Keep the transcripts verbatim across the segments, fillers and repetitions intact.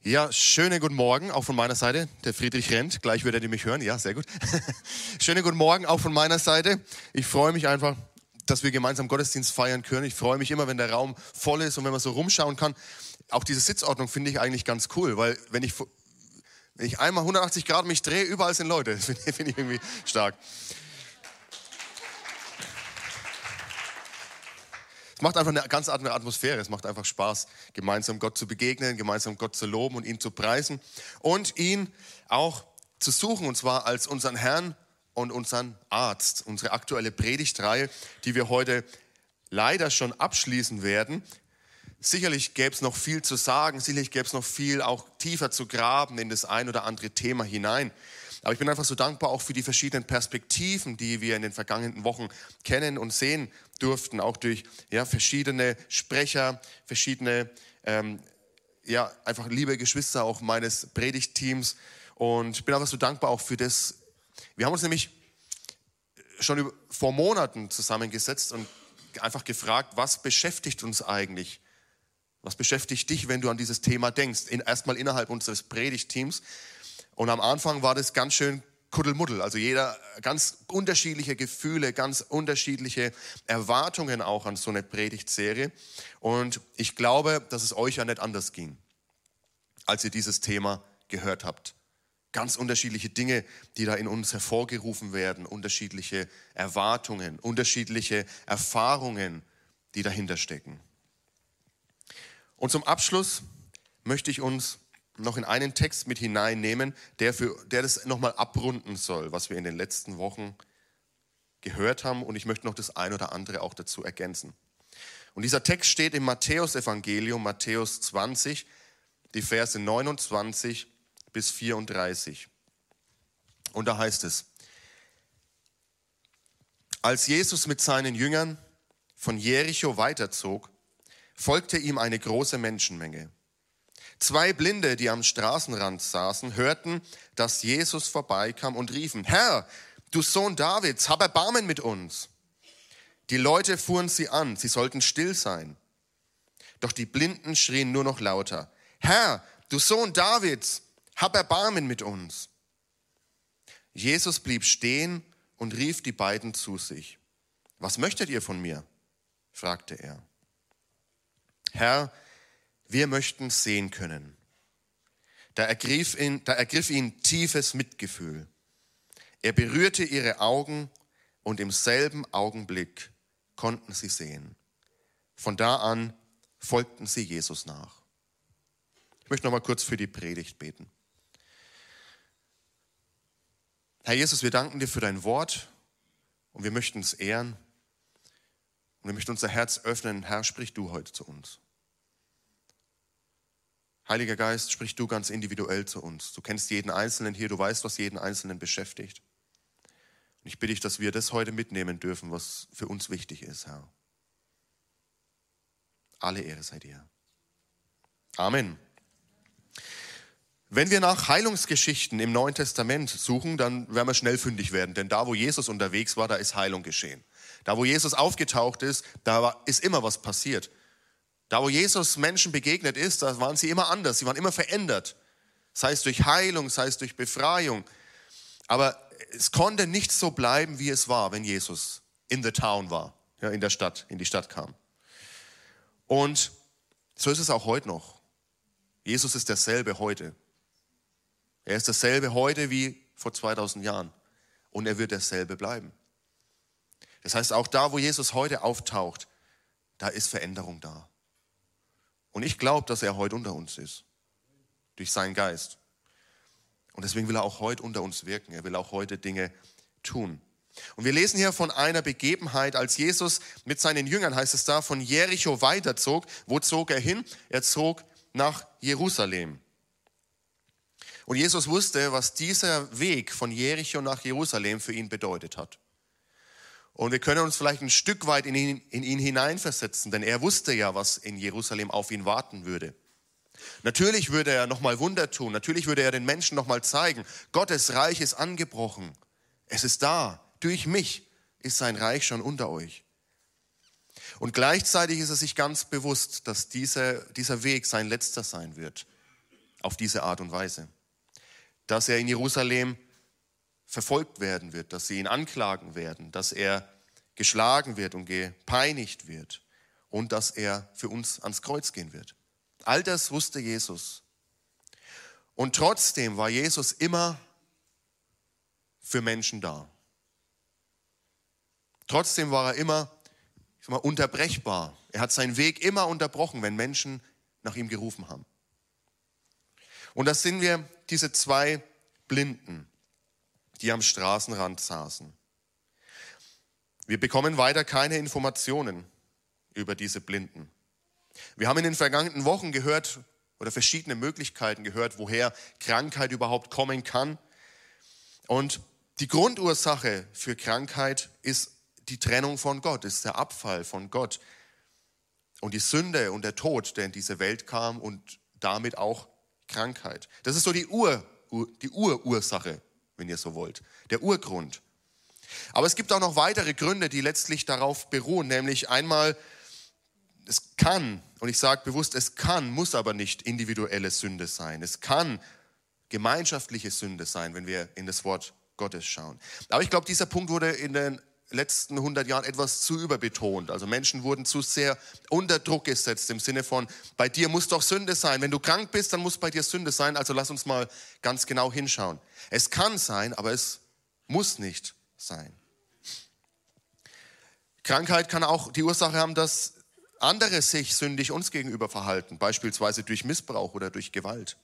Ja, schönen guten Morgen, auch von meiner Seite. Der Friedrich rennt, gleich wird er mich hören. Ja, sehr gut. Schönen guten Morgen, auch von meiner Seite. Ich freue mich einfach, dass wir gemeinsam Gottesdienst feiern können. Ich freue mich immer, wenn der Raum voll ist und wenn man so rumschauen kann. Auch diese Sitzordnung finde ich eigentlich ganz cool, weil wenn ich, wenn ich einmal hundertachtzig Grad mich drehe, überall sind Leute. Das finde find ich irgendwie stark. Es macht einfach eine ganz andere Atmosphäre, es macht einfach Spaß, gemeinsam Gott zu begegnen, gemeinsam Gott zu loben und ihn zu preisen und ihn auch zu suchen, und zwar als unseren Herrn und unseren Arzt. Unsere aktuelle Predigtreihe, die wir heute leider schon abschließen werden. Sicherlich gäbe es noch viel zu sagen, sicherlich gäbe es noch viel auch tiefer zu graben in das ein oder andere Thema hinein. Aber ich bin einfach so dankbar auch für die verschiedenen Perspektiven, die wir in den vergangenen Wochen kennen und sehen durften, auch durch ja, verschiedene Sprecher, verschiedene, ähm, ja, einfach liebe Geschwister auch meines Predigtteams. Und ich bin einfach so dankbar auch für das. Wir haben uns nämlich schon vor Monaten zusammengesetzt und einfach gefragt, was beschäftigt uns eigentlich? Was beschäftigt dich, wenn du an dieses Thema denkst? In, erstmal innerhalb unseres Predigtteams. Und am Anfang war das ganz schön Kuddelmuddel. Also jeder ganz unterschiedliche Gefühle, ganz unterschiedliche Erwartungen auch an so eine Predigtserie. Und ich glaube, dass es euch ja nicht anders ging, als ihr dieses Thema gehört habt. Ganz unterschiedliche Dinge, die da in uns hervorgerufen werden, unterschiedliche Erwartungen, unterschiedliche Erfahrungen, die dahinter stecken. Und zum Abschluss möchte ich uns noch in einen Text mit hineinnehmen, der, für, der das nochmal abrunden soll, was wir in den letzten Wochen gehört haben. Und ich möchte noch das ein oder andere auch dazu ergänzen. Und dieser Text steht im Matthäus-Evangelium, Matthäus zwanzig, die Verse neunundzwanzig bis vierunddreißig. Und da heißt es: Als Jesus mit seinen Jüngern von Jericho weiterzog, folgte ihm eine große Menschenmenge. Zwei Blinde, die am Straßenrand saßen, hörten, dass Jesus vorbeikam und riefen: Herr, du Sohn Davids, hab Erbarmen mit uns. Die Leute fuhren sie an, sie sollten still sein. Doch die Blinden schrien nur noch lauter: Herr, du Sohn Davids, hab Erbarmen mit uns. Jesus blieb stehen und rief die beiden zu sich. Was möchtet ihr von mir? Fragte er. Herr, wir möchten sehen können. Da ergriff ihn, da ergriff ihn tiefes Mitgefühl. Er berührte ihre Augen und im selben Augenblick konnten sie sehen. Von da an folgten sie Jesus nach. Ich möchte noch mal kurz für die Predigt beten. Herr Jesus, wir danken dir für dein Wort und wir möchten es ehren und wir möchten unser Herz öffnen. Herr, sprich du heute zu uns. Heiliger Geist, sprich du ganz individuell zu uns. Du kennst jeden Einzelnen hier, du weißt, was jeden Einzelnen beschäftigt. Und ich bitte dich, dass wir das heute mitnehmen dürfen, was für uns wichtig ist, Herr. Alle Ehre sei dir. Amen. Wenn wir nach Heilungsgeschichten im Neuen Testament suchen, dann werden wir schnell fündig werden. Denn da, wo Jesus unterwegs war, da ist Heilung geschehen. Da, wo Jesus aufgetaucht ist, da ist immer was passiert. Da, wo Jesus Menschen begegnet ist, da waren sie immer anders, sie waren immer verändert. Sei es durch Heilung, sei es durch Befreiung. Aber es konnte nicht so bleiben, wie es war, wenn Jesus in the town war, ja, in der Stadt, in die Stadt kam. Und so ist es auch heute noch. Jesus ist derselbe heute. Er ist dasselbe heute wie vor zweitausend Jahren. Und er wird derselbe bleiben. Das heißt, auch da, wo Jesus heute auftaucht, da ist Veränderung da. Und ich glaube, dass er heute unter uns ist. Durch seinen Geist. Und deswegen will er auch heute unter uns wirken. Er will auch heute Dinge tun. Und wir lesen hier von einer Begebenheit, als Jesus mit seinen Jüngern, heißt es da, von Jericho weiterzog. Wo zog er hin? Er zog nach Jerusalem. Und Jesus wusste, was dieser Weg von Jericho nach Jerusalem für ihn bedeutet hat. Und wir können uns vielleicht ein Stück weit in ihn, in ihn hineinversetzen, denn er wusste ja, was in Jerusalem auf ihn warten würde. Natürlich würde er nochmal Wunder tun, natürlich würde er den Menschen nochmal zeigen, Gottes Reich ist angebrochen, es ist da, durch mich ist sein Reich schon unter euch. Und gleichzeitig ist er sich ganz bewusst, dass dieser, dieser Weg sein letzter sein wird. auf diese Art und Weise. Dass er in Jerusalem verfolgt werden wird, dass sie ihn anklagen werden, dass er geschlagen wird und gepeinigt wird und dass er für uns ans Kreuz gehen wird. All das wusste Jesus. Und trotzdem war Jesus immer für Menschen da. Trotzdem war er immer, ich sag mal, unterbrechbar. Er hat seinen Weg immer unterbrochen, wenn Menschen nach ihm gerufen haben. Und das sind wir, diese zwei Blinden, die am Straßenrand saßen. Wir bekommen weiter keine Informationen über diese Blinden. Wir haben in den vergangenen Wochen gehört oder verschiedene Möglichkeiten gehört, woher Krankheit überhaupt kommen kann. Und die Grundursache für Krankheit ist die Trennung von Gott, ist der Abfall von Gott und die Sünde und der Tod, der in diese Welt kam und damit auch Krankheit. Das ist so die Ur, die Urursache, wenn ihr so wollt, der Urgrund. Aber es gibt auch noch weitere Gründe, die letztlich darauf beruhen, nämlich einmal, es kann, und ich sage bewusst, es kann, muss aber nicht individuelle Sünde sein. Es kann gemeinschaftliche Sünde sein, wenn wir in das Wort Gottes schauen. Aber ich glaube, dieser Punkt wurde in den letzten hundert Jahren etwas zu überbetont. Also Menschen wurden zu sehr unter Druck gesetzt im Sinne von, bei dir muss doch Sünde sein. Wenn du krank bist, dann muss bei dir Sünde sein. Also lass uns mal ganz genau hinschauen. Es kann sein, aber es muss nicht sein. Krankheit kann auch die Ursache haben, dass andere sich sündig uns gegenüber verhalten, beispielsweise durch Missbrauch oder durch Gewalt.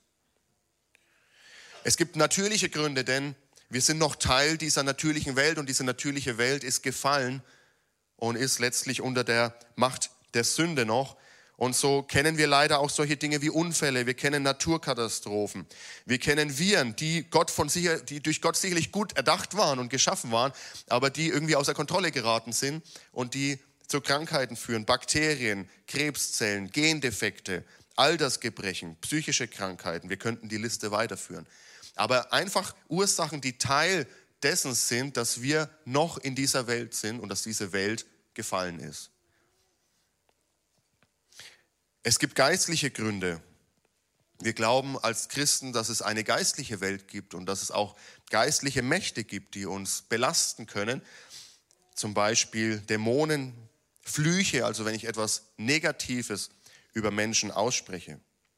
Es gibt natürliche Gründe, denn wir sind noch Teil dieser natürlichen Welt und diese natürliche Welt ist gefallen und ist letztlich unter der Macht der Sünde noch. Und so kennen wir leider auch solche Dinge wie Unfälle, wir kennen Naturkatastrophen, wir kennen Viren, die, Gott von sicher, die durch Gott sicherlich gut erdacht waren und geschaffen waren, aber die irgendwie außer Kontrolle geraten sind und die zu Krankheiten führen, Bakterien, Krebszellen, Gendefekte, Altersgebrechen, psychische Krankheiten, wir könnten die Liste weiterführen. Aber einfach Ursachen, die Teil dessen sind, dass wir noch in dieser Welt sind und dass diese Welt gefallen ist. Es gibt geistliche Gründe. Wir glauben als Christen, dass es eine geistliche Welt gibt und dass es auch geistliche Mächte gibt, die uns belasten können. Zum Beispiel Dämonen, Flüche, also wenn ich etwas Negatives über Menschen ausspreche.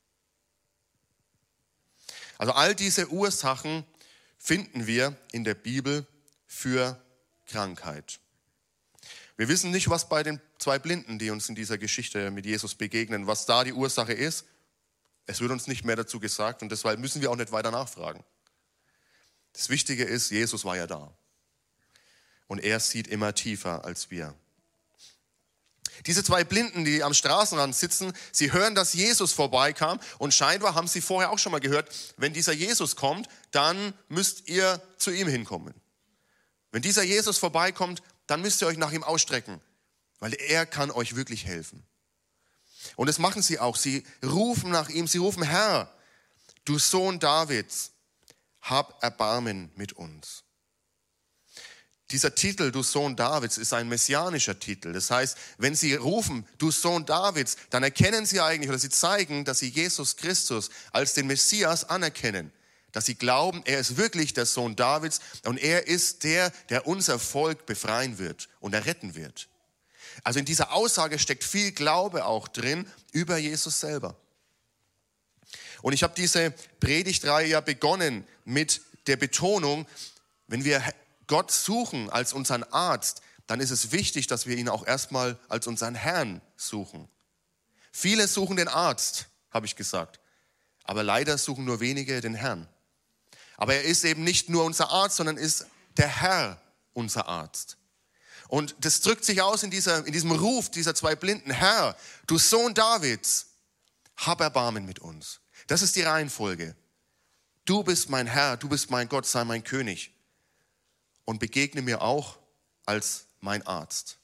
Also all diese Ursachen finden wir in der Bibel für Krankheit. Wir wissen nicht, was bei den zwei Blinden, die uns in dieser Geschichte mit Jesus begegnen, was da die Ursache ist. Es wird uns nicht mehr dazu gesagt und deshalb müssen wir auch nicht weiter nachfragen. Das Wichtige ist, Jesus war ja da und er sieht immer tiefer als wir. Diese zwei Blinden, die am Straßenrand sitzen, sie hören, dass Jesus vorbeikam und scheinbar haben sie vorher auch schon mal gehört, wenn dieser Jesus kommt, dann müsst ihr zu ihm hinkommen. Wenn dieser Jesus vorbeikommt, dann müsst ihr euch nach ihm ausstrecken, weil er kann euch wirklich helfen. Und das machen sie auch. Sie rufen nach ihm, sie rufen, Herr, du Sohn Davids, hab Erbarmen mit uns. Dieser Titel, du Sohn Davids, ist ein messianischer Titel. Das heißt, wenn sie rufen, du Sohn Davids, dann erkennen sie eigentlich oder sie zeigen, dass sie Jesus Christus als den Messias anerkennen. Dass sie glauben, er ist wirklich der Sohn Davids und er ist der, der unser Volk befreien wird und erretten wird. Also in dieser Aussage steckt viel Glaube auch drin über Jesus selber. Und ich habe diese Predigtreihe ja begonnen mit der Betonung, wenn wir Gott suchen als unseren Arzt, dann ist es wichtig, dass wir ihn auch erstmal als unseren Herrn suchen. Viele suchen den Arzt, habe ich gesagt, aber leider suchen nur wenige den Herrn. Aber er ist eben nicht nur unser Arzt, sondern ist der Herr unser Arzt. Und das drückt sich aus in, dieser, in diesem Ruf dieser zwei Blinden. Herr, du Sohn Davids, hab Erbarmen mit uns. Das ist die Reihenfolge. Du bist mein Herr, du bist mein Gott, sei mein König. Und begegne mir auch als mein Arzt.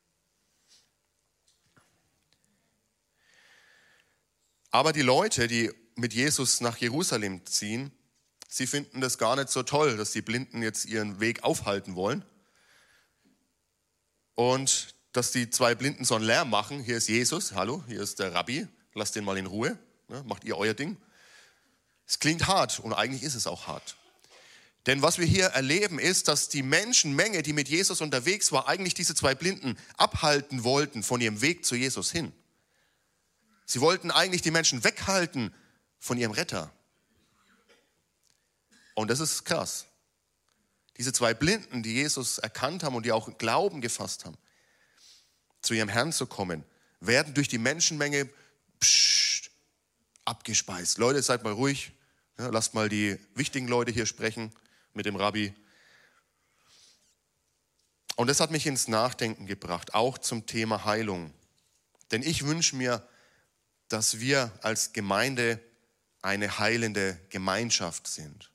Aber die Leute, die mit Jesus nach Jerusalem ziehen, sie finden das gar nicht so toll, dass die Blinden jetzt ihren Weg aufhalten wollen. Und dass die zwei Blinden so einen Lärm machen. Hier ist Jesus, hallo, hier ist der Rabbi, lasst den mal in Ruhe, ne, macht ihr euer Ding. Es klingt hart und eigentlich ist es auch hart. Denn was wir hier erleben ist, dass die Menschenmenge, die mit Jesus unterwegs war, eigentlich diese zwei Blinden abhalten wollten von ihrem Weg zu Jesus hin. Sie wollten eigentlich die Menschen weghalten von ihrem Retter. Und das ist krass. Diese zwei Blinden, die Jesus erkannt haben und die auch Glauben gefasst haben, zu ihrem Herrn zu kommen, werden durch die Menschenmenge pssst, abgespeist. Leute, seid mal ruhig. Ja, lasst mal die wichtigen Leute hier sprechen mit dem Rabbi. Und das hat mich ins Nachdenken gebracht, auch zum Thema Heilung. Denn ich wünsche mir, dass wir als Gemeinde eine heilende Gemeinschaft sind.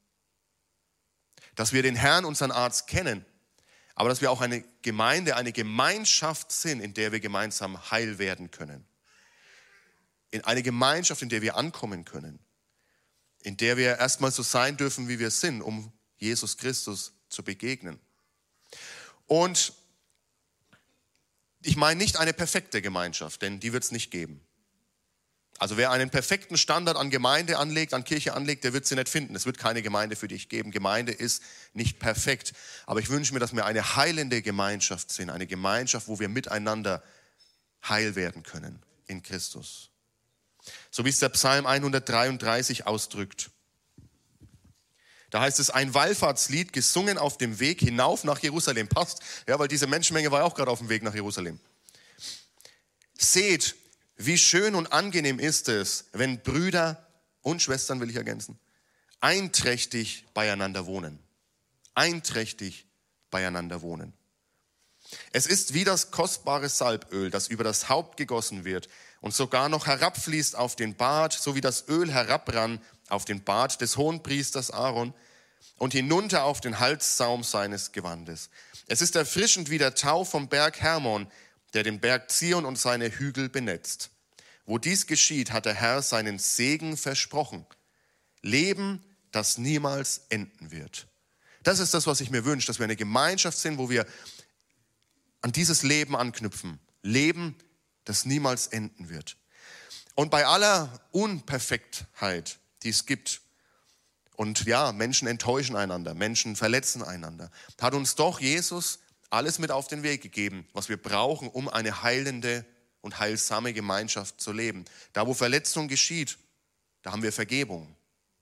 Dass wir den Herrn, unseren Arzt, kennen, aber dass wir auch eine Gemeinde, eine Gemeinschaft sind, in der wir gemeinsam heil werden können. In eine Gemeinschaft, in der wir ankommen können. In der wir erstmal so sein dürfen, wie wir sind, um Jesus Christus zu begegnen. Und ich meine nicht eine perfekte Gemeinschaft, denn die wird es nicht geben. Also wer einen perfekten Standard an Gemeinde anlegt, an Kirche anlegt, der wird sie nicht finden. Es wird keine Gemeinde für dich geben. Gemeinde ist nicht perfekt. Aber ich wünsche mir, dass wir eine heilende Gemeinschaft sind. Eine Gemeinschaft, wo wir miteinander heil werden können in Christus. So wie es der Psalm hundertdreiunddreißig ausdrückt. Da heißt es, ein Wallfahrtslied gesungen auf dem Weg hinauf nach Jerusalem. Passt, ja, weil diese Menschenmenge war ja auch gerade auf dem Weg nach Jerusalem. Seht, wie schön und angenehm ist es, wenn Brüder und Schwestern, will ich ergänzen, einträchtig beieinander wohnen. Einträchtig beieinander wohnen. Es ist wie das kostbare Salböl, das über das Haupt gegossen wird und sogar noch herabfließt auf den Bart, so wie das Öl herabrann auf den Bart des Hohenpriesters Aaron und hinunter auf den Halssaum seines Gewandes. Es ist erfrischend wie der Tau vom Berg Hermon, der den Berg Zion und seine Hügel benetzt. Wo dies geschieht, hat der Herr seinen Segen versprochen. Leben, das niemals enden wird. Das ist das, was ich mir wünsche, dass wir eine Gemeinschaft sind, wo wir an dieses Leben anknüpfen. Leben, das niemals enden wird. Und bei aller Unperfektheit, die es gibt, und ja, Menschen enttäuschen einander, Menschen verletzen einander, hat uns doch Jesus alles mit auf den Weg gegeben, was wir brauchen, um eine heilende und heilsame Gemeinschaft zu leben. Da, wo Verletzung geschieht, da haben wir Vergebung.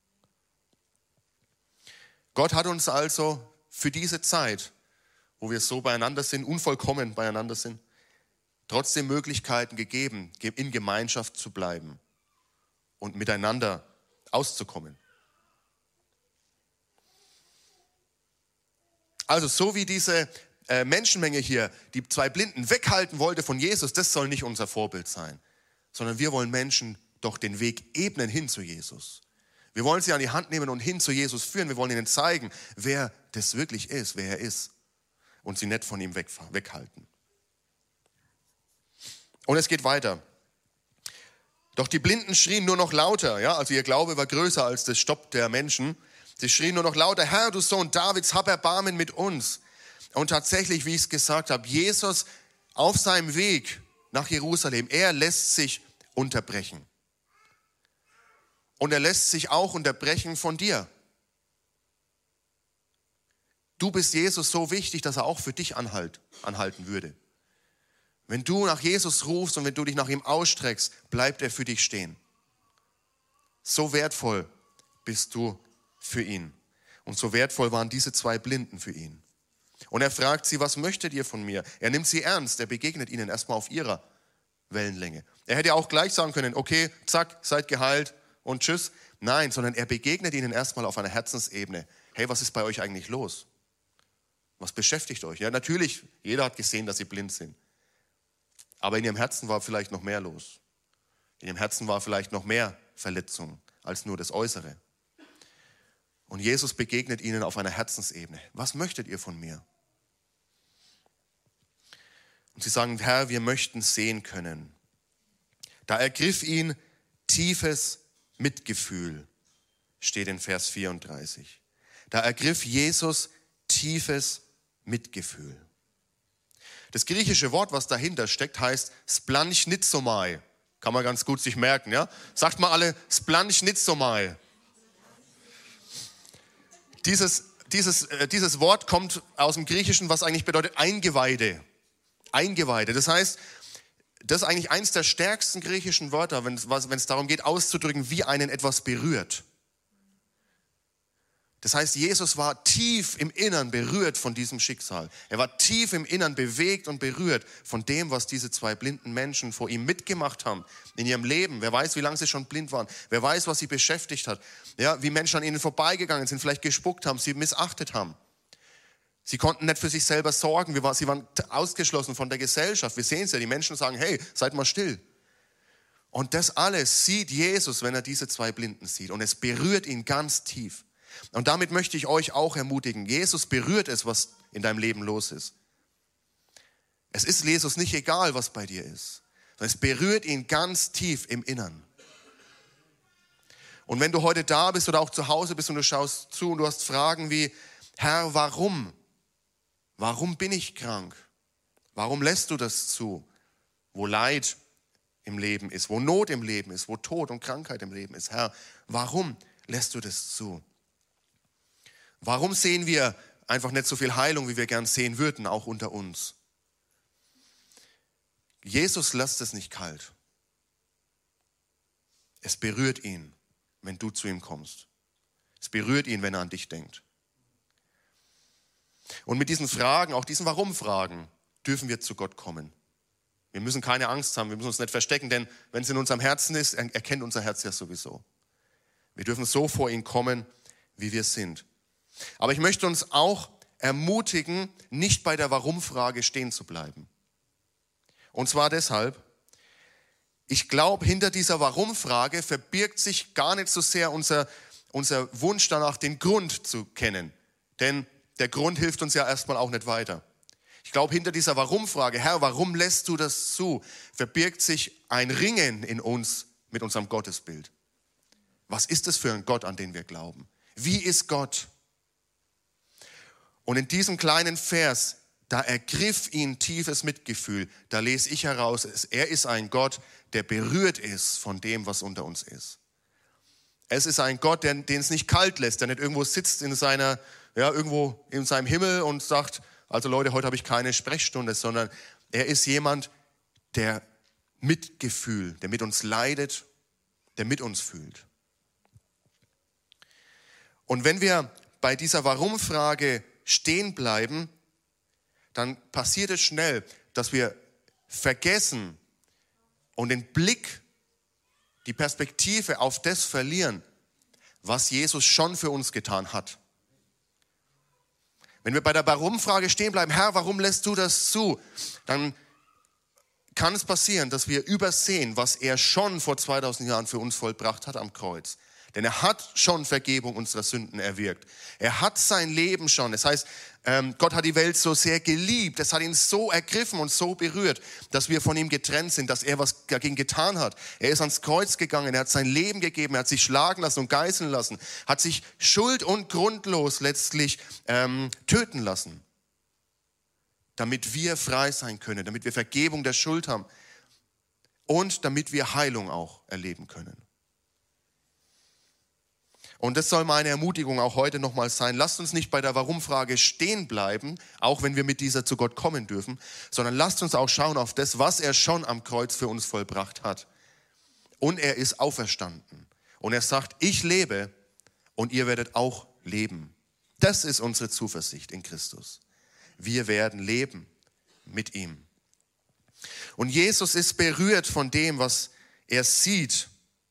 Gott hat uns also für diese Zeit, wo wir so beieinander sind, unvollkommen beieinander sind, trotzdem Möglichkeiten gegeben, in Gemeinschaft zu bleiben und miteinander auszukommen. Also so wie diese äh, Menschenmenge hier die zwei Blinden weghalten wollte von Jesus, das soll nicht unser Vorbild sein, sondern wir wollen Menschen doch den Weg ebnen hin zu Jesus. Wir wollen sie an die Hand nehmen und hin zu Jesus führen. Wir wollen ihnen zeigen, wer das wirklich ist, wer er ist und sie nicht von ihm weg, weghalten. Und es geht weiter. Doch die Blinden schrien nur noch lauter, ja, also ihr Glaube war größer als das Stopp der Menschen. Sie schrien nur noch lauter, Herr, du Sohn Davids, hab Erbarmen mit uns. Und tatsächlich, wie ich es gesagt habe, Jesus auf seinem Weg nach Jerusalem, er lässt sich unterbrechen. Und er lässt sich auch unterbrechen von dir. Du bist Jesus so wichtig, dass er auch für dich anhalt, anhalten würde. Wenn du nach Jesus rufst und wenn du dich nach ihm ausstreckst, bleibt er für dich stehen. So wertvoll bist du für ihn. Und so wertvoll waren diese zwei Blinden für ihn. Und er fragt sie, was möchtet ihr von mir? Er nimmt sie ernst, er begegnet ihnen erstmal auf ihrer Wellenlänge. Er hätte auch gleich sagen können, okay, zack, seid geheilt und tschüss. Nein, sondern er begegnet ihnen erstmal auf einer Herzensebene. Hey, was ist bei euch eigentlich los? Was beschäftigt euch? Ja, natürlich, jeder hat gesehen, dass sie blind sind. Aber in ihrem Herzen war vielleicht noch mehr los. In ihrem Herzen war vielleicht noch mehr Verletzung als nur das Äußere. Und Jesus begegnet ihnen auf einer Herzensebene. Was möchtet ihr von mir? Und sie sagen, Herr, wir möchten sehen können. Da ergriff ihn tiefes Mitgefühl, steht in Vers vierunddreißig. Da ergriff Jesus tiefes Mitgefühl. Das griechische Wort, was dahinter steckt, heißt splanchnitzomai. Kann man ganz gut sich merken, ja? Sagt mal alle splanchnitzomai. Dieses, dieses, äh, dieses Wort kommt aus dem Griechischen, was eigentlich bedeutet Eingeweide. Eingeweide. Das heißt, das ist eigentlich eins der stärksten griechischen Wörter, wenn es darum geht, auszudrücken, wie einen etwas berührt. Das heißt, Jesus war tief im Innern berührt von diesem Schicksal. Er war tief im Innern bewegt und berührt von dem, was diese zwei blinden Menschen vor ihm mitgemacht haben in ihrem Leben. Wer weiß, wie lange sie schon blind waren. Wer weiß, was sie beschäftigt hat. Ja, wie Menschen an ihnen vorbeigegangen sind, vielleicht gespuckt haben, sie missachtet haben. Sie konnten nicht für sich selber sorgen. Sie waren ausgeschlossen von der Gesellschaft. Wir sehen es ja, die Menschen sagen, hey, seid mal still. Und das alles sieht Jesus, wenn er diese zwei Blinden sieht. Und es berührt ihn ganz tief. Und damit möchte ich euch auch ermutigen. Jesus berührt es, was in deinem Leben los ist. Es ist Jesus nicht egal, was bei dir ist. Sondern es berührt ihn ganz tief im Innern. Und wenn du heute da bist oder auch zu Hause bist und du schaust zu und du hast Fragen wie, Herr, warum? Warum bin ich krank? Warum lässt du das zu? Wo Leid im Leben ist, wo Not im Leben ist, wo Tod und Krankheit im Leben ist. Herr, warum lässt du das zu? Warum sehen wir einfach nicht so viel Heilung, wie wir gern sehen würden, auch unter uns? Jesus lässt es nicht kalt. Es berührt ihn, wenn du zu ihm kommst. Es berührt ihn, wenn er an dich denkt. Und mit diesen Fragen, auch diesen Warum-Fragen, dürfen wir zu Gott kommen. Wir müssen keine Angst haben, wir müssen uns nicht verstecken, denn wenn es in unserem Herzen ist, er kennt unser Herz ja sowieso. Wir dürfen so vor ihn kommen, wie wir sind. Aber ich möchte uns auch ermutigen, nicht bei der Warum-Frage stehen zu bleiben. Und zwar deshalb, ich glaube, hinter dieser Warum-Frage verbirgt sich gar nicht so sehr unser, unser Wunsch danach, den Grund zu kennen. Denn der Grund hilft uns ja erstmal auch nicht weiter. Ich glaube, hinter dieser Warum-Frage, Herr, warum lässt du das zu, verbirgt sich ein Ringen in uns mit unserem Gottesbild. Was ist es für ein Gott, an den wir glauben? Wie ist Gott? Und in diesem kleinen Vers, da ergriff ihn tiefes Mitgefühl. Da lese ich heraus, er ist ein Gott, der berührt ist von dem, was unter uns ist. Es ist ein Gott, der, den es nicht kalt lässt, der nicht irgendwo sitzt in seiner, ja, irgendwo in seinem Himmel und sagt, also Leute, heute habe ich keine Sprechstunde, sondern er ist jemand, der Mitgefühl, der mit uns leidet, der mit uns fühlt. Und wenn wir bei dieser Warum-Frage stehen bleiben, dann passiert es schnell, dass wir vergessen und den Blick, die Perspektive auf das verlieren, was Jesus schon für uns getan hat. Wenn wir bei der Warum-Frage stehen bleiben, Herr, warum lässt du das zu? Dann kann es passieren, dass wir übersehen, was er schon vor zweitausend Jahren für uns vollbracht hat am Kreuz. Denn er hat schon Vergebung unserer Sünden erwirkt. Er hat sein Leben schon. Das heißt, Gott hat die Welt so sehr geliebt. Es hat ihn so ergriffen und so berührt, dass wir von ihm getrennt sind, dass er was dagegen getan hat. Er ist ans Kreuz gegangen, er hat sein Leben gegeben, er hat sich schlagen lassen und geißeln lassen, hat sich schuld- und grundlos letztlich ähm, töten lassen, damit wir frei sein können, damit wir Vergebung der Schuld haben und damit wir Heilung auch erleben können. Und das soll meine Ermutigung auch heute nochmal sein. Lasst uns nicht bei der Warum-Frage stehen bleiben, auch wenn wir mit dieser zu Gott kommen dürfen, sondern lasst uns auch schauen auf das, was er schon am Kreuz für uns vollbracht hat. Und er ist auferstanden. Und er sagt, ich lebe und ihr werdet auch leben. Das ist unsere Zuversicht in Christus. Wir werden leben mit ihm. Und Jesus ist berührt von dem, was er sieht.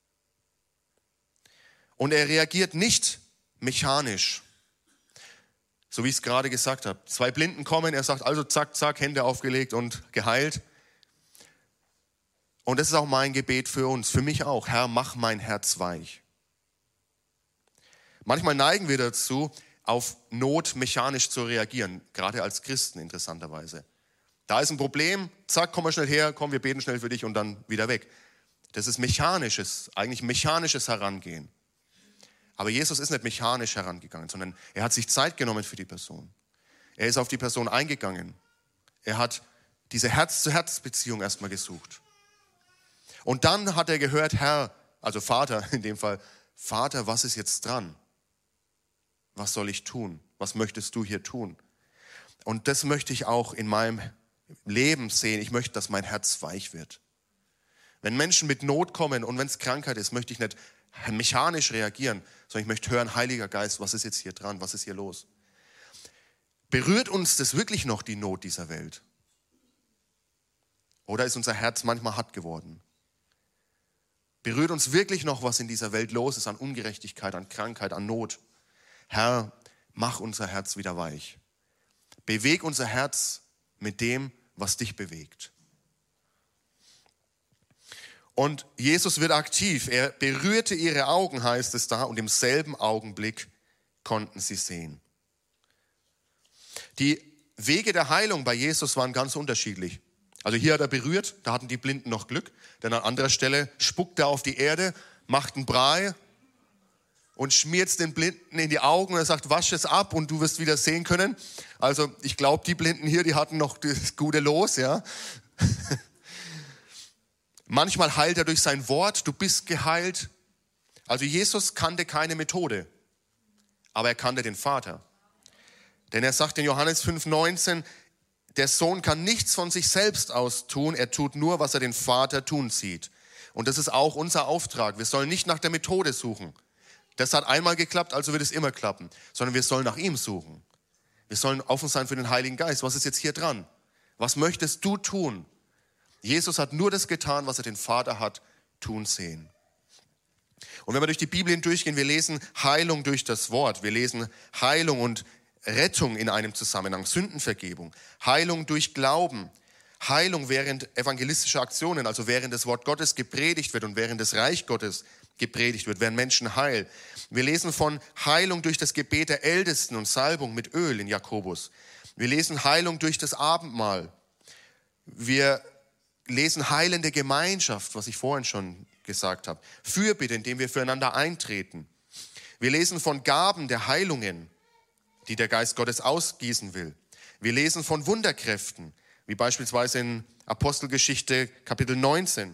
Und er reagiert nicht mechanisch, so wie ich es gerade gesagt habe. Zwei Blinden kommen, er sagt also zack, zack, Hände aufgelegt und geheilt. Und das ist auch mein Gebet für uns, für mich auch. Herr, mach mein Herz weich. Manchmal neigen wir dazu, auf Not mechanisch zu reagieren, gerade als Christen interessanterweise. Da ist ein Problem, zack, komm mal schnell her, komm, wir beten schnell für dich und dann wieder weg. Das ist mechanisches, eigentlich mechanisches Herangehen. Aber Jesus ist nicht mechanisch herangegangen, sondern er hat sich Zeit genommen für die Person. Er ist auf die Person eingegangen. Er hat diese Herz-zu-Herz-Beziehung erstmal gesucht. Und dann hat er gehört, Herr, also Vater in dem Fall, Vater, was ist jetzt dran? was soll ich tun? Was möchtest du hier tun? Und das möchte ich auch in meinem Leben sehen. Ich möchte, dass mein Herz weich wird. Wenn Menschen mit Not kommen und wenn es Krankheit ist, möchte ich nicht mechanisch reagieren, sondern ich möchte hören, Heiliger Geist, was ist jetzt hier dran? Was ist hier los? Berührt uns das wirklich noch, die Not dieser Welt? Oder ist unser Herz manchmal hart geworden? Berührt uns wirklich noch, was in dieser Welt los ist, an Ungerechtigkeit, an Krankheit, an Not? Herr, mach unser Herz wieder weich. Beweg unser Herz mit dem, was dich bewegt. Und Jesus wird aktiv. Er berührte ihre Augen, heißt es da, und im selben Augenblick konnten sie sehen. Die Wege der Heilung bei Jesus waren ganz unterschiedlich. Also hier hat er berührt, da hatten die Blinden noch Glück. Denn an anderer Stelle spuckt er auf die Erde, macht einen Brei und schmiert es den Blinden in die Augen und er sagt, wasch es ab und du wirst wieder sehen können. Also ich glaube, die Blinden hier, die hatten noch das gute Los, ja. Manchmal heilt er durch sein Wort, du bist geheilt. Also Jesus kannte keine Methode, aber er kannte den Vater. Denn er sagt in Johannes fünf neunzehn, der Sohn kann nichts von sich selbst aus tun, er tut nur, was er den Vater tun sieht. Und das ist auch unser Auftrag. Wir sollen nicht nach der Methode suchen. Das hat einmal geklappt, also wird es immer klappen. Sondern wir sollen nach ihm suchen. Wir sollen offen sein für den Heiligen Geist. Was ist jetzt hier dran? Was möchtest du tun? Jesus hat nur das getan, was er den Vater hat tun sehen. Und wenn wir durch die Bibel hindurchgehen, wir lesen Heilung durch das Wort. Wir lesen Heilung und Rettung in einem Zusammenhang, Sündenvergebung, Heilung durch Glauben, Heilung während evangelistischer Aktionen, also während das Wort Gottes gepredigt wird und während das Reich Gottes gepredigt wird, werden Menschen heil. Wir lesen von Heilung durch das Gebet der Ältesten und Salbung mit Öl in Jakobus. Wir lesen Heilung durch das Abendmahl. Wir lesen heilende Gemeinschaft, was ich vorhin schon gesagt habe. Fürbitte, indem wir füreinander eintreten. Wir lesen von Gaben der Heilungen, die der Geist Gottes ausgießen will. Wir lesen von Wunderkräften, wie beispielsweise in Apostelgeschichte Kapitel neunzehn.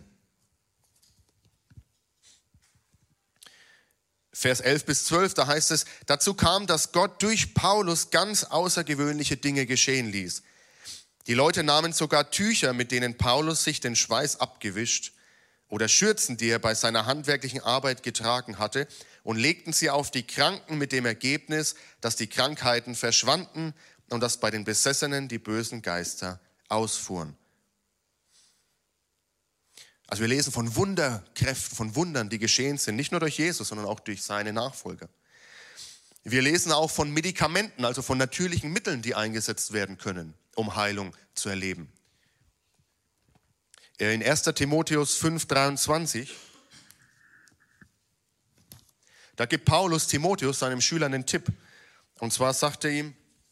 Vers elf bis zwölf, da heißt es, dazu kam, dass Gott durch Paulus ganz außergewöhnliche Dinge geschehen ließ. Die Leute nahmen sogar Tücher, mit denen Paulus sich den Schweiß abgewischt, oder Schürzen, die er bei seiner handwerklichen Arbeit getragen hatte, und legten sie auf die Kranken mit dem Ergebnis, dass die Krankheiten verschwanden und dass bei den Besessenen die bösen Geister ausfuhren. Also wir lesen von Wunderkräften, von Wundern, die geschehen sind, nicht nur durch Jesus, sondern auch durch seine Nachfolger. Wir lesen auch von Medikamenten, also von natürlichen Mitteln, die eingesetzt werden können, um Heilung zu erleben. In erster Timotheus fünf dreiundzwanzig, da gibt Paulus Timotheus, seinem Schüler, einen Tipp. Und zwar sagt er ihm,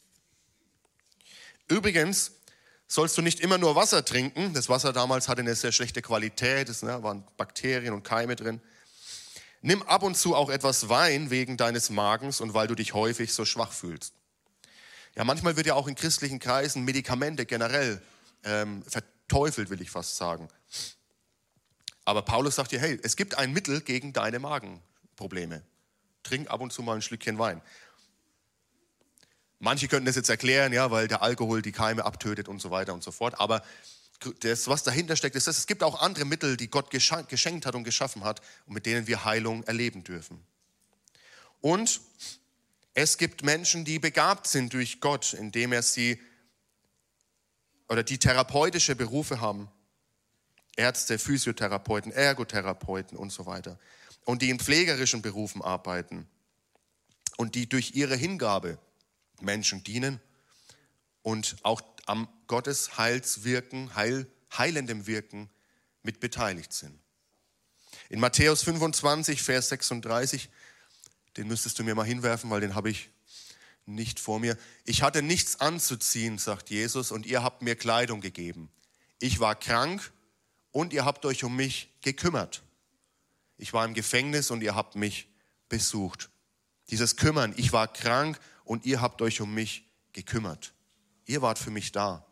übrigens sollst du nicht immer nur Wasser trinken. Das Wasser damals hatte eine sehr schlechte Qualität, es ne, waren Bakterien und Keime drin. Nimm ab und zu auch etwas Wein wegen deines Magens und weil du dich häufig so schwach fühlst. Ja, manchmal wird ja auch in christlichen Kreisen Medikamente generell ähm, verteufelt, will ich fast sagen. Aber Paulus sagt dir, hey, es gibt ein Mittel gegen deine Magenprobleme. Trink ab und zu mal ein Schlückchen Wein. Manche könnten das jetzt erklären, ja, weil der Alkohol die Keime abtötet und so weiter und so fort. Aber das, was dahinter steckt, ist, dass es gibt auch andere Mittel, die Gott geschenkt hat und geschaffen hat und mit denen wir Heilung erleben dürfen. Und es gibt Menschen, die begabt sind durch Gott, indem er sie oder die therapeutische Berufe haben. Ärzte, Physiotherapeuten, Ergotherapeuten und so weiter. Und die in pflegerischen Berufen arbeiten und die durch ihre Hingabe Menschen dienen und auch am Gottes Heilswirken, Heil, heilendem Wirken mit beteiligt sind. In Matthäus fünfundzwanzig, Vers sechsunddreißig, den müsstest du mir mal hinwerfen, weil den habe ich nicht vor mir. Ich hatte nichts anzuziehen, sagt Jesus, und ihr habt mir Kleidung gegeben. Ich war krank und ihr habt euch um mich gekümmert. Ich war im Gefängnis und ihr habt mich besucht. Dieses Kümmern, ich war krank und ihr habt euch um mich gekümmert. Ihr wart für mich da.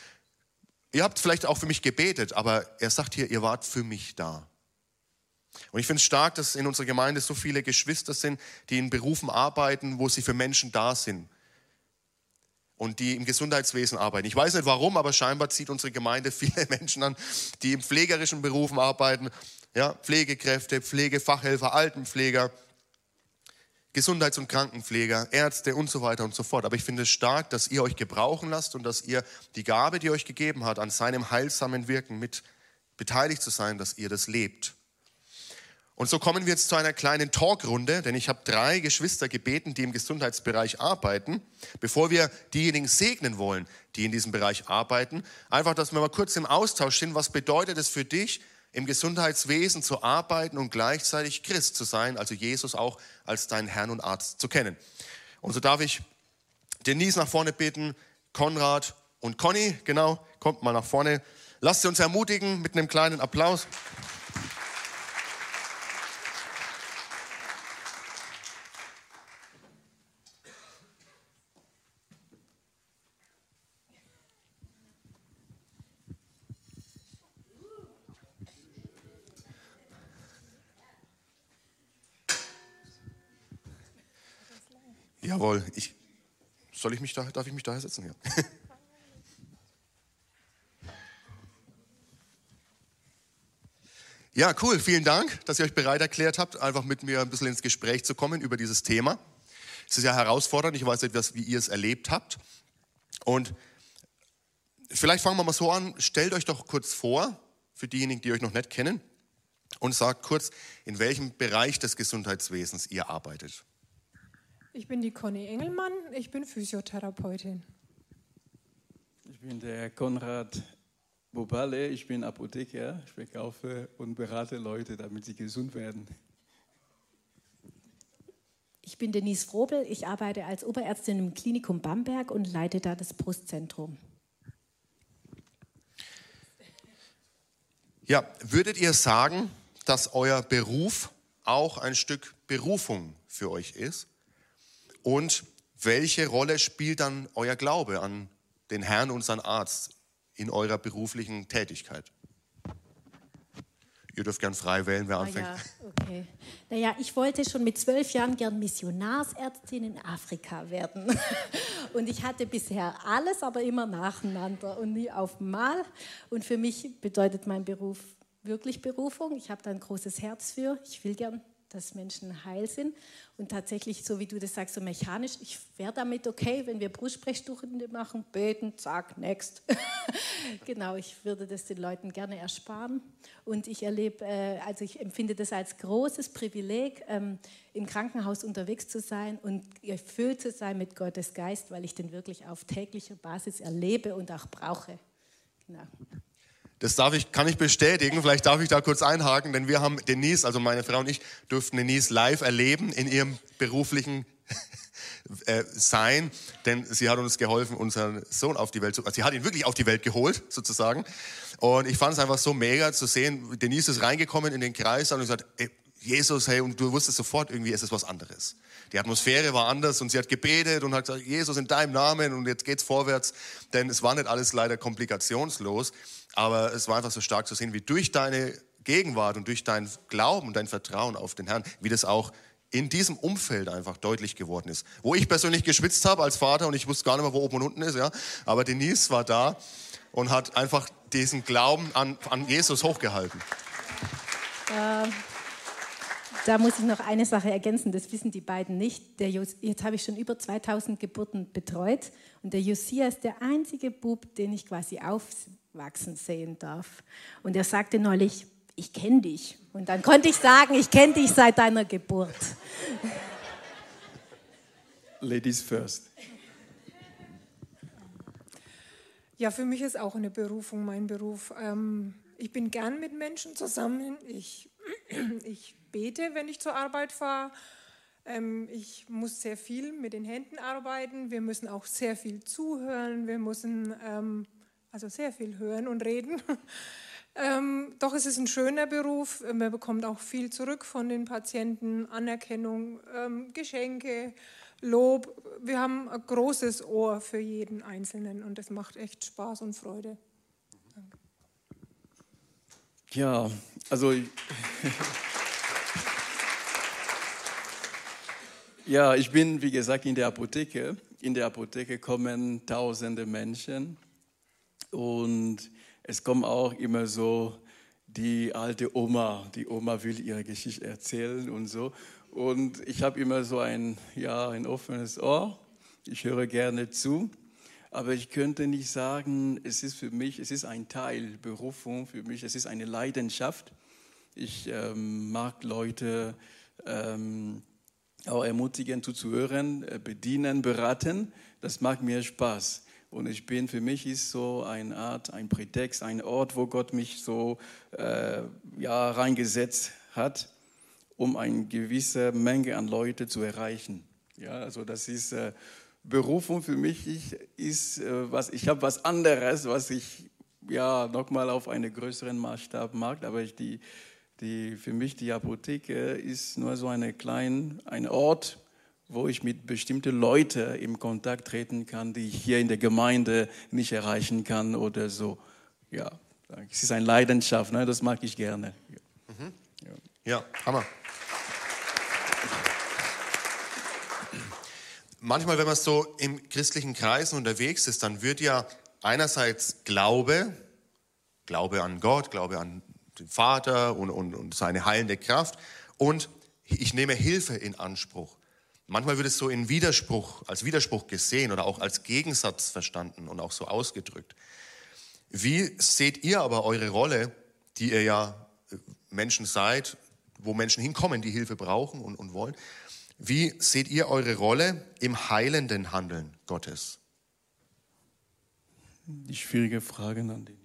Ihr habt vielleicht auch für mich gebetet, aber er sagt hier, ihr wart für mich da. Und ich finde es stark, dass in unserer Gemeinde so viele Geschwister sind, die in Berufen arbeiten, wo sie für Menschen da sind. Und die im Gesundheitswesen arbeiten. Ich weiß nicht warum, aber scheinbar zieht unsere Gemeinde viele Menschen an, die in pflegerischen Berufen arbeiten. Ja, Pflegekräfte, Pflegefachhelfer, Altenpfleger, Gesundheits- und Krankenpfleger, Ärzte und so weiter und so fort. Aber ich finde es stark, dass ihr euch gebrauchen lasst und dass ihr die Gabe, die euch gegeben hat, an seinem heilsamen Wirken mit beteiligt zu sein, dass ihr das lebt. Und so kommen wir jetzt zu einer kleinen Talkrunde, denn ich habe drei Geschwister gebeten, die im Gesundheitsbereich arbeiten, bevor wir diejenigen segnen wollen, die in diesem Bereich arbeiten. Einfach, dass wir mal kurz im Austausch sind, was bedeutet es für dich, im Gesundheitswesen zu arbeiten und gleichzeitig Christ zu sein, also Jesus auch als deinen Herrn und Arzt zu kennen. Und so darf ich Denise nach vorne bitten, Konrad und Conny, genau, kommt mal nach vorne. Lasst uns ermutigen mit einem kleinen Applaus. Jawohl, ich, soll ich mich da, darf ich mich daher setzen? Ja. Ja, cool, vielen Dank, dass ihr euch bereit erklärt habt, einfach mit mir ein bisschen ins Gespräch zu kommen über dieses Thema. Es ist ja herausfordernd, ich weiß nicht, wie ihr es erlebt habt. Und vielleicht fangen wir mal so an, stellt euch doch kurz vor, für diejenigen, die euch noch nicht kennen, und sagt kurz, in welchem Bereich des Gesundheitswesens ihr arbeitet. Ich bin die Conny Engelmann, ich bin Physiotherapeutin. Ich bin der Konrad Bobale, ich bin Apotheker, ich verkaufe und berate Leute, damit sie gesund werden. Ich bin Denise Frobel, ich arbeite als Oberärztin im Klinikum Bamberg und leite da das Brustzentrum. Ja, würdet ihr sagen, dass euer Beruf auch ein Stück Berufung für euch ist? Und welche Rolle spielt dann euer Glaube an den Herrn, unseren Arzt, in eurer beruflichen Tätigkeit? Ihr dürft gern frei wählen, wer anfängt. Ah, ja, okay. Naja, ich wollte schon mit zwölf Jahren gern Missionarsärztin in Afrika werden. Und ich hatte bisher alles, aber immer nacheinander und nie auf einmal. Und für mich bedeutet mein Beruf wirklich Berufung. Ich habe da ein großes Herz für. Ich will gern, dass Menschen heil sind. Und tatsächlich, so wie du das sagst, so mechanisch, ich wäre damit okay, wenn wir Brustsprechstunde machen, beten, zack, next. Genau, ich würde das den Leuten gerne ersparen. Und ich erlebe, äh, also ich empfinde das als großes Privileg, ähm, im Krankenhaus unterwegs zu sein und erfüllt zu sein mit Gottes Geist, weil ich den wirklich auf täglicher Basis erlebe und auch brauche. Genau. Das darf ich, kann ich bestätigen, vielleicht darf ich da kurz einhaken, denn wir haben Denise, also meine Frau und ich, durften Denise live erleben in ihrem beruflichen äh, Sein, denn sie hat uns geholfen, unseren Sohn auf die Welt zu, also sie hat ihn wirklich auf die Welt geholt, sozusagen. Und ich fand es einfach so mega zu sehen, Denise ist reingekommen in den Kreis und gesagt, ey, Jesus, hey, und du wusstest sofort, irgendwie ist es was anderes. Die Atmosphäre war anders und sie hat gebetet und hat gesagt, Jesus, in deinem Namen und jetzt geht's vorwärts, denn es war nicht alles leider komplikationslos, aber es war einfach so stark zu sehen, wie durch deine Gegenwart und durch dein Glauben und dein Vertrauen auf den Herrn, wie das auch in diesem Umfeld einfach deutlich geworden ist. Wo ich persönlich geschwitzt habe als Vater und ich wusste gar nicht mehr, wo oben und unten ist, ja, aber Denise war da und hat einfach diesen Glauben an, an Jesus hochgehalten. Äh, da muss ich noch eine Sache ergänzen, das wissen die beiden nicht. Der Jos- Jetzt habe ich schon über zweitausend Geburten betreut und der Josia ist der einzige Bub, den ich quasi aufwachsen sehen darf. Und er sagte neulich, ich kenne dich. Und dann konnte ich sagen, ich kenne dich seit deiner Geburt. Ladies first. Ja, für mich ist auch eine Berufung mein Beruf. Ähm, ich bin gern mit Menschen zusammen. Ich, ich bete, wenn ich zur Arbeit fahre. Ähm, ich muss sehr viel mit den Händen arbeiten. Wir müssen auch sehr viel zuhören. Wir müssen ähm, also sehr viel hören und reden. Ähm, doch es ist ein schöner Beruf. Man bekommt auch viel zurück von den Patienten, Anerkennung, ähm, Geschenke, Lob. Wir haben ein großes Ohr für jeden Einzelnen und das macht echt Spaß und Freude. Danke. Ja, also Ja, ich bin, wie gesagt, in der Apotheke. In der Apotheke kommen tausende Menschen und es kommen auch immer so die alte Oma. Die Oma will ihre Geschichte erzählen und so. Und ich habe immer so ein, ja, ein offenes Ohr. Ich höre gerne zu. Aber ich könnte nicht sagen, es ist für mich, es ist ein Teil, Berufung für mich, es ist eine Leidenschaft. Ich ähm, mag Leute ähm, auch ermutigen, zuzuhören, bedienen, beraten. Das macht mir Spaß. Und ich bin, für mich ist so eine Art, ein Prätext, ein Ort, wo Gott mich so äh, ja, reingesetzt hat, um eine gewisse Menge an Leute zu erreichen. Ja, also das ist äh, Berufung für mich. Ich, ist, äh, was, ich habe was anderes, was ich ja nochmal auf einen größeren Maßstab mag, aber ich die Die, für mich die Apotheke ist nur so eine kleine, ein Ort, wo ich mit bestimmten Leuten in Kontakt treten kann, die ich hier in der Gemeinde nicht erreichen kann oder so. Ja, es ist eine Leidenschaft, ne? Das mag ich gerne. Mhm. Ja. Ja, Hammer. Manchmal, wenn man so im christlichen Kreisen unterwegs ist, dann wird ja einerseits Glaube, Glaube an Gott, Glaube an den Vater und, und, und seine heilende Kraft und ich nehme Hilfe in Anspruch. Manchmal wird es so in Widerspruch, als Widerspruch gesehen oder auch als Gegensatz verstanden und auch so ausgedrückt. Wie seht ihr aber eure Rolle, die ihr ja Menschen seid, wo Menschen hinkommen, die Hilfe brauchen und, und wollen? Wie seht ihr eure Rolle im heilenden Handeln Gottes? Die schwierige Frage an den.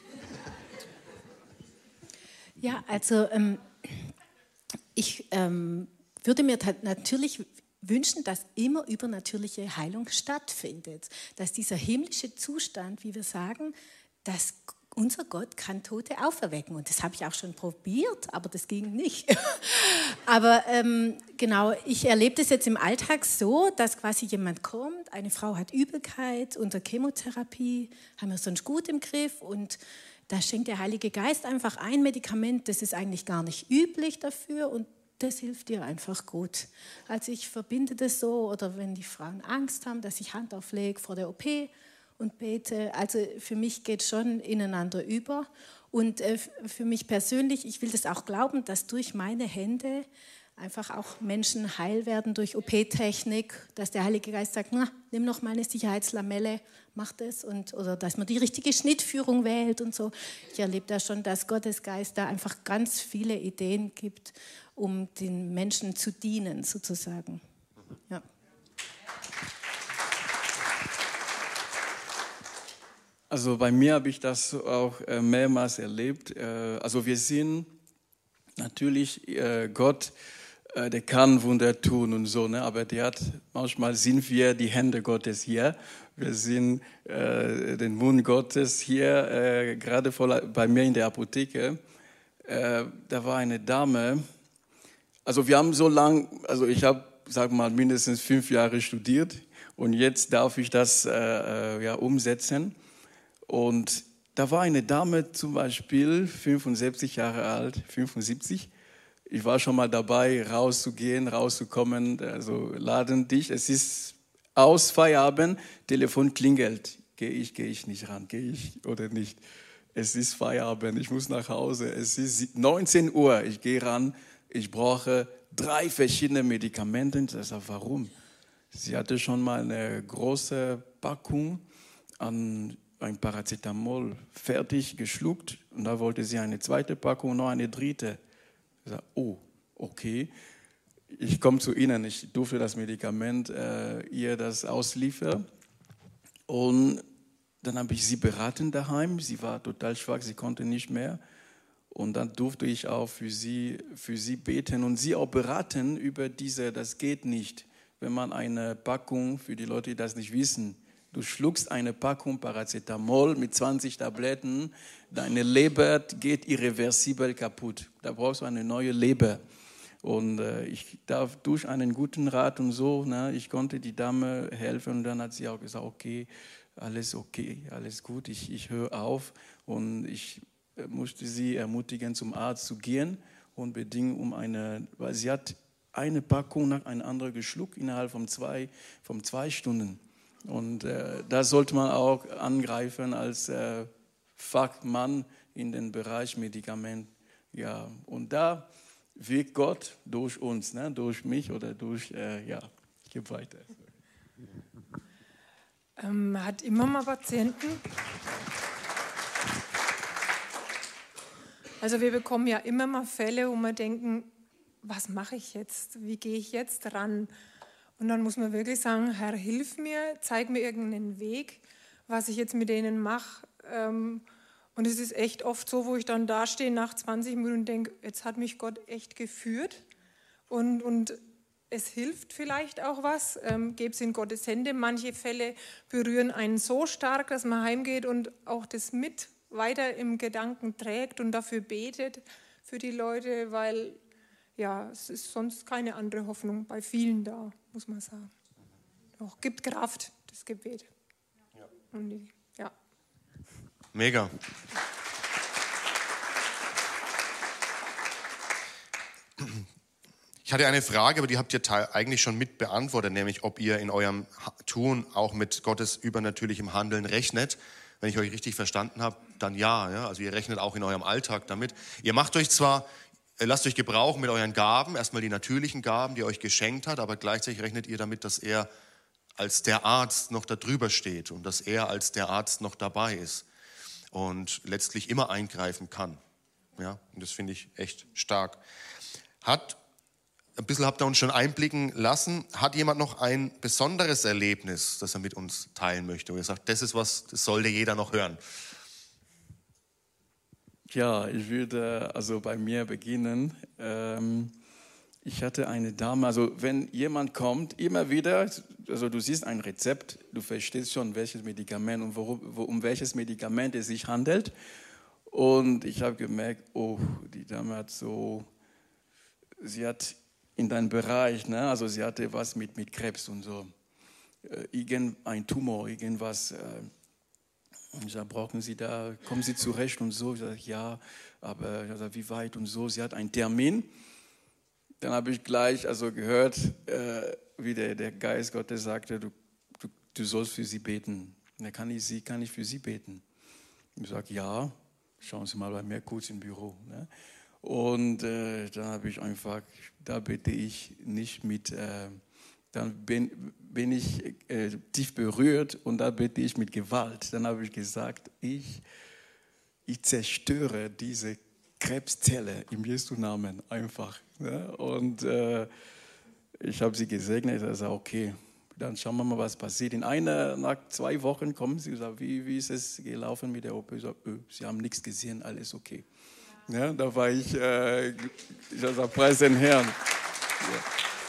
Ja, also ähm, ich ähm, würde mir natürlich wünschen, dass immer übernatürliche Heilung stattfindet. Dass dieser himmlische Zustand, wie wir sagen, dass unser Gott kann Tote auferwecken. Und das habe ich auch schon probiert, aber das ging nicht. Aber ähm, genau, ich erlebe das jetzt im Alltag so, dass quasi jemand kommt, eine Frau hat Übelkeit unter Chemotherapie, haben wir sonst gut im Griff und da schenkt der Heilige Geist einfach ein Medikament, das ist eigentlich gar nicht üblich dafür und das hilft dir einfach gut. Also ich verbinde das so, oder wenn die Frauen Angst haben, dass ich Hand auflege vor der O P und bete. Also für mich geht es schon ineinander über. Und äh, für mich persönlich, ich will das auch glauben, dass durch meine Hände einfach auch Menschen heil werden durch O P-Technik, dass der Heilige Geist sagt, na, nimm noch mal eine Sicherheitslamelle, mach das. Und, oder dass man die richtige Schnittführung wählt und so. Ich erlebe da schon, dass Gottes Geist da einfach ganz viele Ideen gibt, um den Menschen zu dienen, sozusagen. Ja. Also bei mir habe ich das auch mehrmals erlebt. Also wir sind natürlich Gott, der kann Wunder tun und so, ne? Aber der hat, manchmal sind wir die Hände Gottes hier, wir sind äh, den Mund Gottes hier, äh, gerade vor, bei mir in der Apotheke, äh, da war eine Dame, also wir haben so lang, also ich habe, sag mal, mindestens fünf Jahre studiert und jetzt darf ich das äh, ja, umsetzen und da war eine Dame zum Beispiel, fünfundsiebzig Jahre alt, fünfundsiebzig. Ich war schon mal dabei, rauszugehen, rauszukommen, also Laden dicht. Es ist aus, Feierabend, Telefon klingelt. Gehe ich, gehe ich nicht ran, gehe ich oder nicht. Es ist Feierabend, ich muss nach Hause. Es ist neunzehn Uhr, ich gehe ran. Ich brauche drei verschiedene Medikamente. Ich sage, warum? Sie hatte schon mal eine große Packung an ein Paracetamol fertig geschluckt und da wollte sie eine zweite Packung und noch eine dritte. Ich sage, oh, okay, ich komme zu Ihnen, ich durfte das Medikament äh, ihr das ausliefern und dann habe ich sie beraten daheim, sie war total schwach, sie konnte nicht mehr und dann durfte ich auch für sie, für sie beten und sie auch beraten über diese, das geht nicht, wenn man eine Packung, für die Leute, die das nicht wissen, du schluckst eine Packung Paracetamol mit zwanzig Tabletten, deine Leber geht irreversibel kaputt. Da brauchst du eine neue Leber. Und äh, ich darf durch einen guten Rat und so, ne, ich konnte die Dame helfen und dann hat sie auch gesagt, okay, alles okay, alles gut, ich, ich höre auf. Und ich musste sie ermutigen, zum Arzt zu gehen und bedingen um eine, weil sie hat eine Packung nach einer anderen geschluckt innerhalb von zwei, von zwei Stunden. Und äh, das sollte man auch angreifen als äh, Fachmann in den Bereich Medikament. Ja, und da wirkt Gott durch uns, ne? Durch mich oder durch, äh, ja, ich gebe weiter. Ähm, man hat immer mal Patienten. Also wir bekommen ja immer mal Fälle, wo wir denken, was mache ich jetzt? Wie gehe ich jetzt ran? Und dann muss man wirklich sagen, Herr, hilf mir, zeig mir irgendeinen Weg, was ich jetzt mit denen mache. Und es ist echt oft so, wo ich dann da stehe nach zwanzig Minuten und denke, jetzt hat mich Gott echt geführt. Und, und es hilft vielleicht auch was, ähm, gebe es in Gottes Hände. Manche Fälle berühren einen so stark, dass man heimgeht und auch das mit weiter im Gedanken trägt und dafür betet für die Leute, weil ja, es ist sonst keine andere Hoffnung bei vielen da, muss man sagen. Doch, gibt Kraft, das Gebet. Ja. Und die, ja. Mega. Ich hatte eine Frage, aber die habt ihr eigentlich schon mit beantwortet, nämlich ob ihr in eurem Tun auch mit Gottes übernatürlichem Handeln rechnet. Wenn ich euch richtig verstanden habe, dann ja, ja. Also ihr rechnet auch in eurem Alltag damit. Ihr macht euch zwar, lasst euch gebrauchen mit euren Gaben, erstmal die natürlichen Gaben, die er euch geschenkt hat, aber gleichzeitig rechnet ihr damit, dass er als der Arzt noch da drüber steht und dass er als der Arzt noch dabei ist und letztlich immer eingreifen kann. Ja, und das finde ich echt stark. Hat, ein bisschen habt ihr uns schon einblicken lassen, hat jemand noch ein besonderes Erlebnis, das er mit uns teilen möchte? Und ihr sagt, das ist was, das sollte jeder noch hören. Ja, ich würde also bei mir beginnen. Ähm, ich hatte eine Dame, also wenn jemand kommt, immer wieder, also du siehst ein Rezept, du verstehst schon, welches Medikament und worum, wo, um welches Medikament es sich handelt. Und ich habe gemerkt, oh, die Dame hat so, sie hat in deinem Bereich, ne, also sie hatte was mit, mit Krebs und so, äh, irgendein Tumor, irgendwas. Äh, Ich sage, brauchen Sie da, kommen Sie zurecht und so? Ich sage, ja, aber ich sage, wie weit und so? Sie hat einen Termin. Dann habe ich gleich also gehört, äh, wie der, der Geist Gottes sagte, du, du, du sollst für sie beten. Dann kann ich, sie, kann ich für sie beten. Ich sage, ja, schauen Sie mal bei mir kurz im Büro. Ne? Und äh, dann habe ich einfach, da bete ich nicht mit... Äh, Dann bin, bin ich äh, tief berührt und da bete ich mit Gewalt. Dann habe ich gesagt, ich, ich zerstöre diese Krebszelle im Jesu Namen einfach. Ne? Und äh, ich habe sie gesegnet. Ich sage, okay, dann schauen wir mal, was passiert. In einer, nach zwei Wochen kommen sie und sagen, wie, wie ist es gelaufen mit der O P? Ich sage, öh, sie haben nichts gesehen, alles okay. Ja, da war ich, äh, ich sage, preis den Herrn. Ja.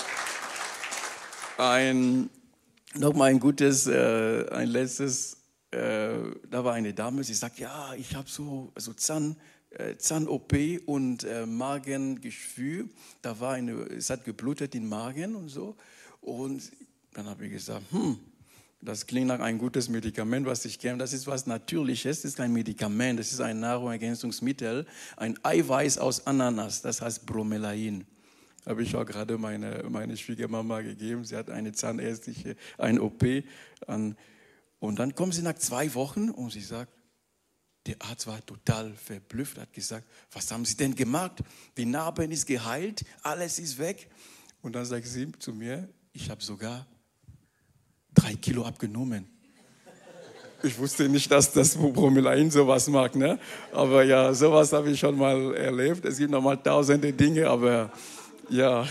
Ein, nochmal ein gutes, äh, ein letztes, äh, da war eine Dame, sie sagt, ja, ich habe so also Zahn, äh, Zahn-O P und äh, Magengeschwür, da war eine, es hat geblutet im Magen und so. Und dann habe ich gesagt, hm, das klingt nach ein gutes Medikament, was ich kenne. Das ist was Natürliches, das ist kein Medikament, das ist ein Nahrungsergänzungsmittel, ein Eiweiß aus Ananas, das heißt Bromelain. Habe ich auch gerade meine, meine Schwiegermama gegeben. Sie hat eine zahnärztliche, eine O P. An, und dann kommt sie nach zwei Wochen und sie sagt, der Arzt war total verblüfft, hat gesagt, was haben Sie denn gemacht? Die Narbe ist geheilt, alles ist weg. Und dann sagt sie zu mir, ich habe sogar drei Kilo abgenommen. Ich wusste nicht, dass das Bromelain sowas macht, ne? Aber ja, sowas habe ich schon mal erlebt. Es gibt noch mal tausende Dinge, aber... Ja.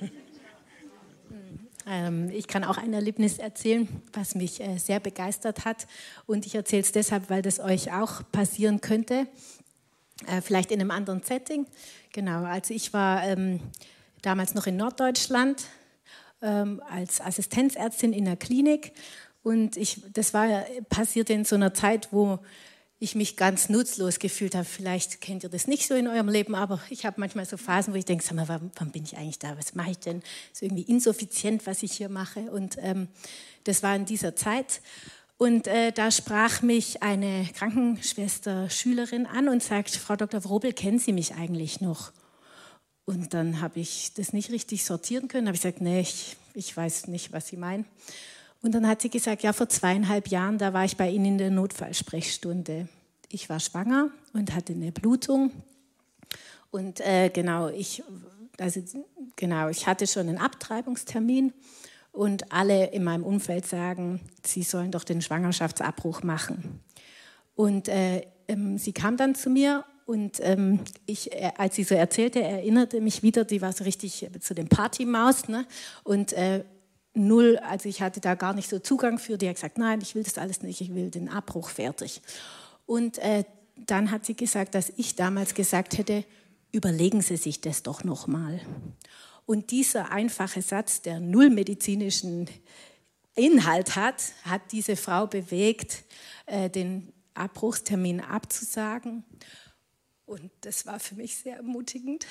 Ähm, ich kann auch ein Erlebnis erzählen, was mich äh, sehr begeistert hat. Und ich erzähle es deshalb, weil das euch auch passieren könnte. Äh, vielleicht in einem anderen Setting. Genau, also ich war ähm, damals noch in Norddeutschland ähm, als Assistenzärztin in der Klinik. Und ich, das war passierte in so einer Zeit, wo ich mich ganz nutzlos gefühlt habe. Vielleicht kennt ihr das nicht so in eurem Leben, aber ich habe manchmal so Phasen, wo ich denke, sag mal, wann, wann bin ich eigentlich da? Was mache ich denn? Es ist irgendwie insuffizient, was ich hier mache. Und ähm, das war in dieser Zeit. Und äh, da sprach mich eine Krankenschwester, Schülerin an und sagt, Frau Doktor Wrobel, kennen Sie mich eigentlich noch? Und dann habe ich das nicht richtig sortieren können. habe ich gesagt, nee, ich, ich weiß nicht, was Sie meinen. Und dann hat sie gesagt, ja, vor zweieinhalb Jahren, da war ich bei Ihnen in der Notfallsprechstunde. Ich war schwanger und hatte eine Blutung. Und äh, genau, ich, also, genau, ich hatte schon einen Abtreibungstermin. Und alle in meinem Umfeld sagen, Sie sollen doch den Schwangerschaftsabbruch machen. Und äh, ähm, sie kam dann zu mir. Und ähm, ich, äh, als sie so erzählte, erinnerte mich wieder, die war so richtig zu dem Partymaus. Ne? Und äh, null, also ich hatte da gar nicht so Zugang für. Die hat gesagt, nein, ich will das alles nicht, ich will den Abbruch fertig. Und äh, dann hat sie gesagt, dass ich damals gesagt hätte, überlegen Sie sich das doch nochmal. Und dieser einfache Satz, der null medizinischen Inhalt hat, hat diese Frau bewegt, äh, den Abbruchstermin abzusagen. Und das war für mich sehr ermutigend.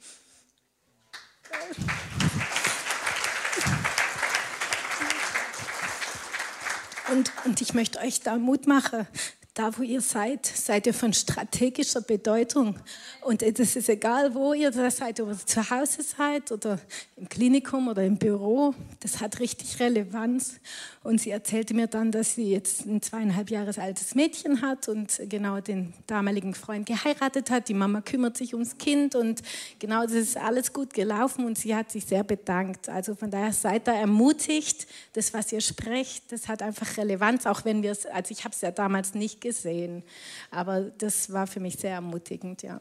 Und, und ich möchte euch da Mut machen. Da, wo ihr seid, seid ihr von strategischer Bedeutung. Und es ist egal, wo ihr da seid, ob ihr zu Hause seid oder im Klinikum oder im Büro. Das hat richtig Relevanz. Und sie erzählte mir dann, dass sie jetzt ein zweieinhalb Jahre altes Mädchen hat und genau den damaligen Freund geheiratet hat. Die Mama kümmert sich ums Kind und genau, das ist alles gut gelaufen und sie hat sich sehr bedankt. Also von daher seid da ermutigt. Das, was ihr sprecht, das hat einfach Relevanz, auch wenn wir es, also ich habe es ja damals nicht gesehen, aber das war für mich sehr ermutigend, ja.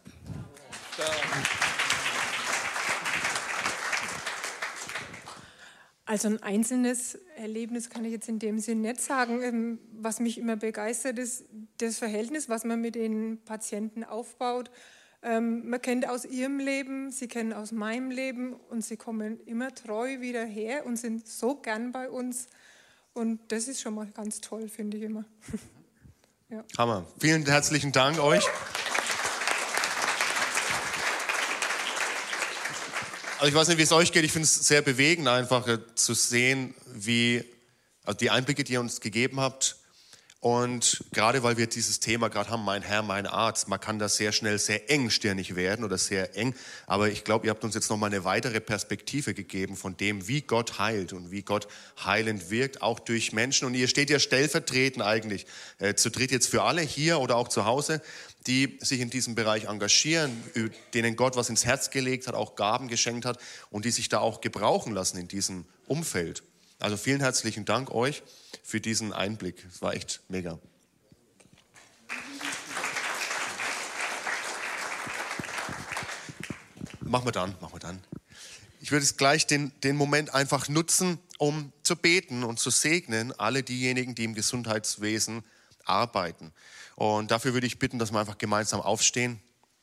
Also ein einzelnes Erlebnis kann ich jetzt in dem Sinn nicht sagen. Was mich immer begeistert, ist das Verhältnis, was man mit den Patienten aufbaut. Man kennt aus ihrem Leben, sie kennen aus meinem Leben und sie kommen immer treu wieder her und sind so gern bei uns. Und das ist schon mal ganz toll, finde ich immer. Ja. Hammer. Vielen herzlichen Dank euch. Also ich weiß nicht, wie es euch geht. Ich finde es sehr bewegend, einfach äh, zu sehen, wie also die Einblicke, die ihr uns gegeben habt. Und gerade weil wir dieses Thema gerade haben, mein Herr, mein Arzt, man kann da sehr schnell sehr engstirnig werden oder sehr eng. Aber ich glaube, ihr habt uns jetzt nochmal eine weitere Perspektive gegeben von dem, wie Gott heilt und wie Gott heilend wirkt, auch durch Menschen. Und ihr steht ja stellvertretend eigentlich äh, zu dritt jetzt für alle hier oder auch zu Hause, die sich in diesem Bereich engagieren, denen Gott was ins Herz gelegt hat, auch Gaben geschenkt hat und die sich da auch gebrauchen lassen in diesem Umfeld. Also vielen herzlichen Dank euch für diesen Einblick. Es war echt mega. Machen wir dann, machen wir dann. Ich würde jetzt gleich den, den Moment einfach nutzen, um zu beten und zu segnen alle diejenigen, die im Gesundheitswesen arbeiten. Und dafür würde ich bitten, dass wir einfach gemeinsam aufstehen.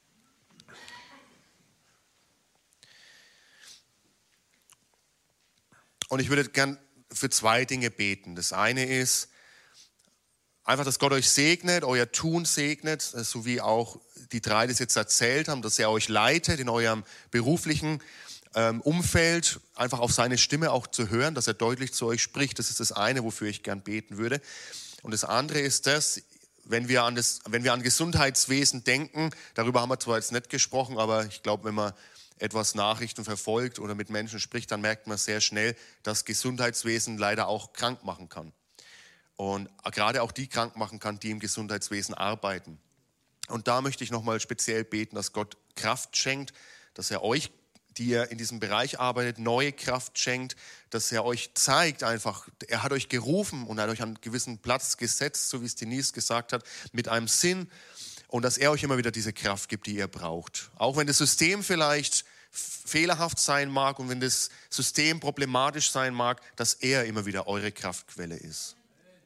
Und ich würde gern für zwei Dinge beten. Das eine ist einfach, dass Gott euch segnet, euer Tun segnet, so wie auch die drei das jetzt erzählt haben, dass er euch leitet in eurem beruflichen ähm, Umfeld, einfach auf seine Stimme auch zu hören, dass er deutlich zu euch spricht. Das ist das eine, wofür ich gern beten würde. Und das andere ist das, wenn wir an das, wenn wir an Gesundheitswesen denken, darüber haben wir zwar jetzt nicht gesprochen, aber ich glaube, wenn man etwas Nachrichten verfolgt oder mit Menschen spricht, dann merkt man sehr schnell, dass Gesundheitswesen leider auch krank machen kann. Und gerade auch die krank machen kann, die im Gesundheitswesen arbeiten. Und da möchte ich nochmal speziell beten, dass Gott Kraft schenkt, dass er euch, die ihr in diesem Bereich arbeitet, neue Kraft schenkt, dass er euch zeigt einfach, er hat euch gerufen und hat euch an einen gewissen Platz gesetzt, so wie es Denise gesagt hat, mit einem Sinn. Und dass er euch immer wieder diese Kraft gibt, die ihr braucht. Auch wenn das System vielleicht fehlerhaft sein mag und wenn das System problematisch sein mag, dass er immer wieder eure Kraftquelle ist.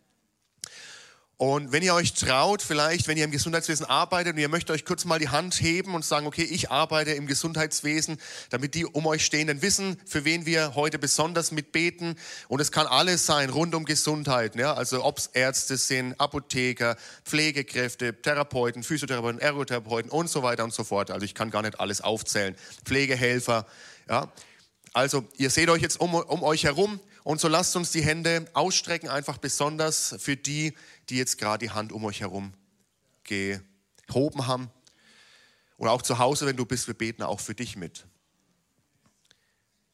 Und wenn ihr euch traut, vielleicht, wenn ihr im Gesundheitswesen arbeitet und ihr möchtet euch kurz mal die Hand heben und sagen, okay, ich arbeite im Gesundheitswesen, damit die um euch Stehenden wissen, für wen wir heute besonders mitbeten. Und es kann alles sein, rund um Gesundheit. Ja? Also ob es Ärzte sind, Apotheker, Pflegekräfte, Therapeuten, Physiotherapeuten, Ergotherapeuten und so weiter und so fort. Also ich kann gar nicht alles aufzählen. Pflegehelfer. Ja? Also ihr seht euch jetzt um, um euch herum. Und so lasst uns die Hände ausstrecken, einfach besonders für die, die jetzt gerade die Hand um euch herum gehoben haben. Oder auch zu Hause, wenn du bist, wir beten auch für dich mit.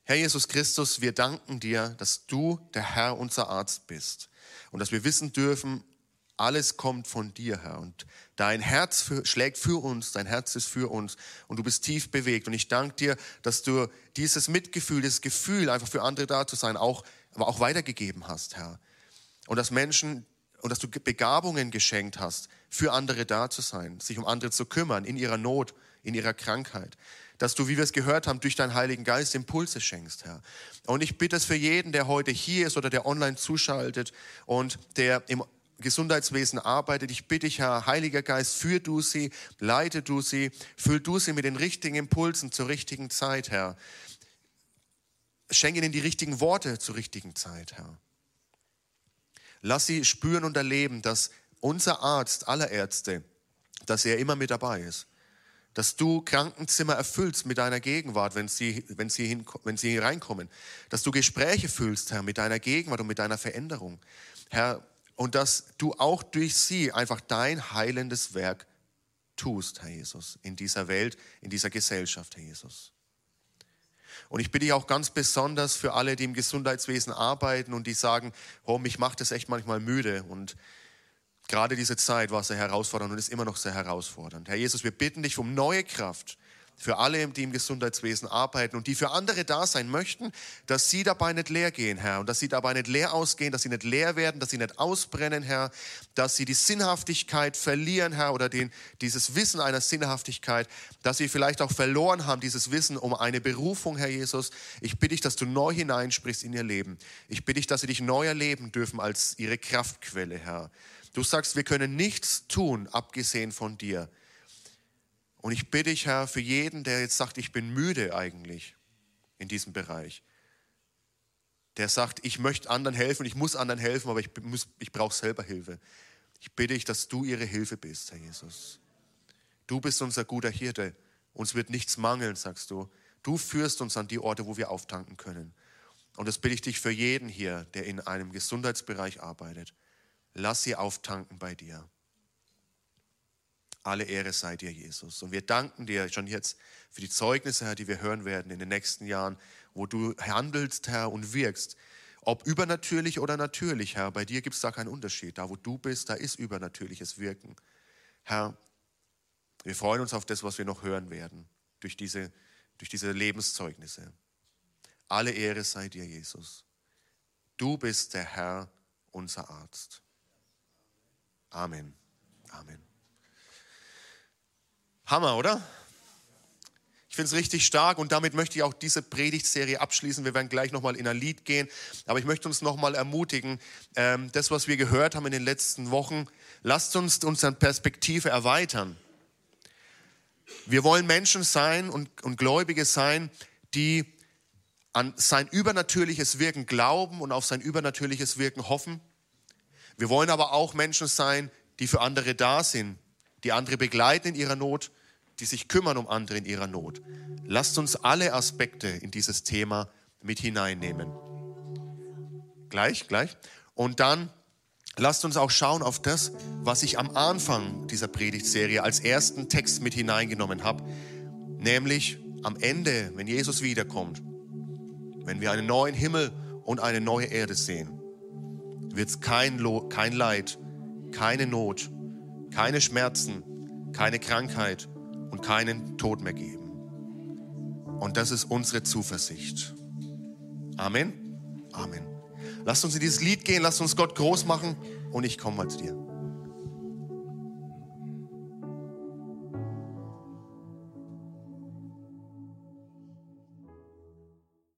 Herr Jesus Christus, wir danken dir, dass du der Herr, unser Arzt bist und dass wir wissen dürfen, alles kommt von dir, Herr. Und dein Herz für, schlägt für uns, dein Herz ist für uns und du bist tief bewegt. Und ich danke dir, dass du dieses Mitgefühl, dieses Gefühl, einfach für andere da zu sein, auch, aber auch weitergegeben hast, Herr. Und dass Menschen, und dass du Begabungen geschenkt hast, für andere da zu sein, sich um andere zu kümmern, in ihrer Not, in ihrer Krankheit. Dass du, wie wir es gehört haben, durch deinen Heiligen Geist Impulse schenkst, Herr. Und ich bitte es für jeden, der heute hier ist oder der online zuschaltet und der im Gesundheitswesen arbeitet. Ich bitte dich, Herr, Heiliger Geist, führ du sie, leite du sie, füll du sie mit den richtigen Impulsen zur richtigen Zeit, Herr. Schenk ihnen die richtigen Worte zur richtigen Zeit, Herr. Lass sie spüren und erleben, dass unser Arzt aller Ärzte, dass er immer mit dabei ist. Dass du Krankenzimmer erfüllst mit deiner Gegenwart, wenn sie, wenn sie, hin, wenn sie hier reinkommen. Dass du Gespräche fühlst, Herr, mit deiner Gegenwart und mit deiner Veränderung. Herr, und dass du auch durch sie einfach dein heilendes Werk tust, Herr Jesus, in dieser Welt, in dieser Gesellschaft, Herr Jesus. Und ich bitte dich auch ganz besonders für alle, die im Gesundheitswesen arbeiten und die sagen, oh, mich macht das echt manchmal müde. Und gerade diese Zeit war sehr herausfordernd und ist immer noch sehr herausfordernd. Herr Jesus, wir bitten dich um neue Kraft für alle, die im Gesundheitswesen arbeiten und die für andere da sein möchten, dass sie dabei nicht leer gehen, Herr, und dass sie dabei nicht leer ausgehen, dass sie nicht leer werden, dass sie nicht ausbrennen, Herr, dass sie die Sinnhaftigkeit verlieren, Herr, oder den, dieses Wissen einer Sinnhaftigkeit, dass sie vielleicht auch verloren haben, dieses Wissen um eine Berufung, Herr Jesus. Ich bitte dich, dass du neu hineinsprichst in ihr Leben. Ich bitte dich, dass sie dich neu erleben dürfen als ihre Kraftquelle, Herr. Du sagst, wir können nichts tun, abgesehen von dir. Und ich bitte dich, Herr, für jeden, der jetzt sagt, ich bin müde eigentlich in diesem Bereich, der sagt, ich möchte anderen helfen, ich muss anderen helfen, aber ich, ich brauche selber Hilfe. Ich bitte dich, dass du ihre Hilfe bist, Herr Jesus. Du bist unser guter Hirte. Uns wird nichts mangeln, sagst du. Du führst uns an die Orte, wo wir auftanken können. Und das bitte ich dich für jeden hier, der in einem Gesundheitsbereich arbeitet. Lass sie auftanken bei dir. Alle Ehre sei dir, Jesus. Und wir danken dir schon jetzt für die Zeugnisse, Herr, die wir hören werden in den nächsten Jahren, wo du handelst, Herr, und wirkst. Ob übernatürlich oder natürlich, Herr, bei dir gibt es da keinen Unterschied. Da, wo du bist, da ist übernatürliches Wirken. Herr, wir freuen uns auf das, was wir noch hören werden, durch diese, durch diese Lebenszeugnisse. Alle Ehre sei dir, Jesus. Du bist der Herr, unser Arzt. Amen. Amen. Hammer, oder? Ich finde es richtig stark und damit möchte ich auch diese Predigtserie abschließen. Wir werden gleich nochmal in ein Lied gehen, aber ich möchte uns nochmal ermutigen, ähm, das, was wir gehört haben in den letzten Wochen, lasst uns unsere Perspektive erweitern. Wir wollen Menschen sein und, und Gläubige sein, die an sein übernatürliches Wirken glauben und auf sein übernatürliches Wirken hoffen. Wir wollen aber auch Menschen sein, die für andere da sind, die andere begleiten in ihrer Not, die sich kümmern um andere in ihrer Not. Lasst uns alle Aspekte in dieses Thema mit hineinnehmen. Gleich, gleich. Und dann lasst uns auch schauen auf das, was ich am Anfang dieser Predigtserie als ersten Text mit hineingenommen habe, nämlich am Ende, wenn Jesus wiederkommt, wenn wir einen neuen Himmel und eine neue Erde sehen, wird es kein, Lo- kein Leid, keine Not, keine Schmerzen, keine Krankheit und keinen Tod mehr geben. Und das ist unsere Zuversicht. Amen. Amen. Lasst uns in dieses Lied gehen, lasst uns Gott groß machen und ich komme mal zu dir.